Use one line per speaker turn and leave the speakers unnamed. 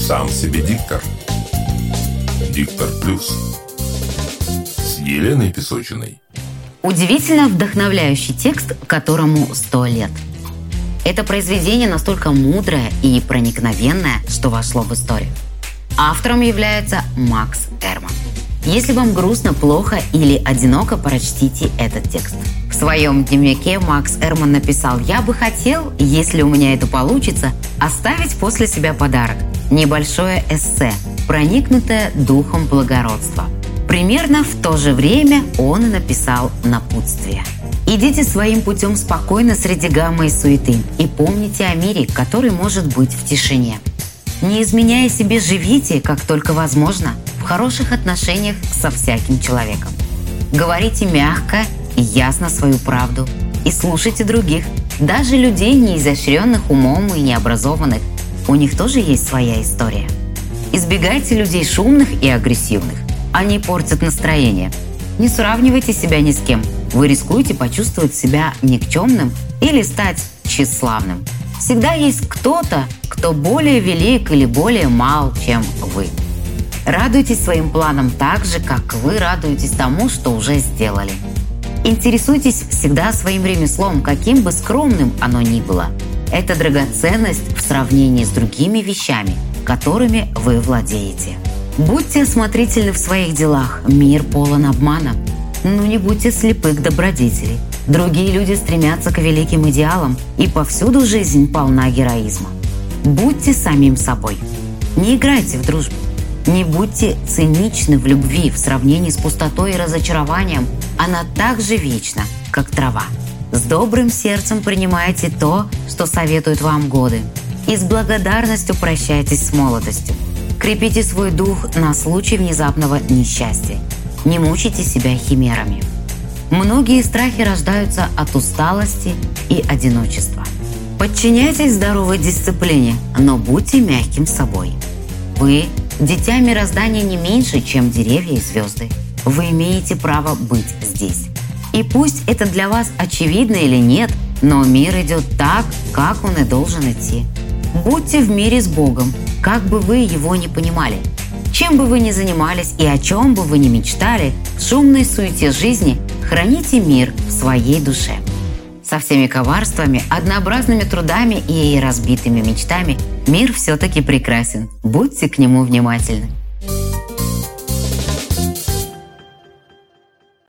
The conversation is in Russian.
Сам себе диктор. Диктор плюс. С Еленой Песочиной.
Удивительно вдохновляющий текст, которому 100 лет. Это произведение настолько мудрое и проникновенное, что вошло в историю. Автором является Макс Эрман. Если вам грустно, плохо или одиноко, прочтите этот текст. В своем дневнике Макс Эрман написал: «Я бы хотел, если у меня это получится, оставить после себя подарок. Небольшое эссе, проникнутое духом благородства». Примерно в то же время он написал напутствие. Идите своим путем спокойно среди гамма и суеты и помните о мире, который может быть в тишине. Не изменяя себе, живите, как только возможно, в хороших отношениях со всяким человеком. Говорите мягко и ясно свою правду и слушайте других, даже людей, неизощренных умом и необразованных. У них тоже есть своя история. Избегайте людей шумных и агрессивных. Они портят настроение. Не сравнивайте себя ни с кем. Вы рискуете почувствовать себя никчемным или стать тщеславным. Всегда есть кто-то, кто более велик или более мал, чем вы. Радуйтесь своим планам так же, как вы радуетесь тому, что уже сделали. Интересуйтесь всегда своим ремеслом, каким бы скромным оно ни было. Это драгоценность в сравнении с другими вещами, которыми вы владеете. Будьте осмотрительны в своих делах, мир полон обмана. Но не будьте слепы к добродетели. Другие люди стремятся к великим идеалам, и повсюду жизнь полна героизма. Будьте самим собой. Не играйте в дружбу. Не будьте циничны в любви в сравнении с пустотой и разочарованием. Она так же вечна, как трава. С добрым сердцем принимайте то, что советуют вам годы. И с благодарностью прощайтесь с молодостью. Крепите свой дух на случай внезапного несчастья. Не мучайте себя химерами. Многие страхи рождаются от усталости и одиночества. Подчиняйтесь здоровой дисциплине, но будьте мягким собой. Вы – дитя мироздания не меньше, чем деревья и звезды. Вы имеете право быть здесь. И пусть это для вас очевидно или нет, но мир идет так, как он и должен идти. Будьте в мире с Богом, как бы вы его ни понимали. Чем бы вы ни занимались и о чем бы вы ни мечтали, в шумной суете жизни храните мир в своей душе. Со всеми коварствами, однообразными трудами и разбитыми мечтами мир все-таки прекрасен. Будьте к нему внимательны.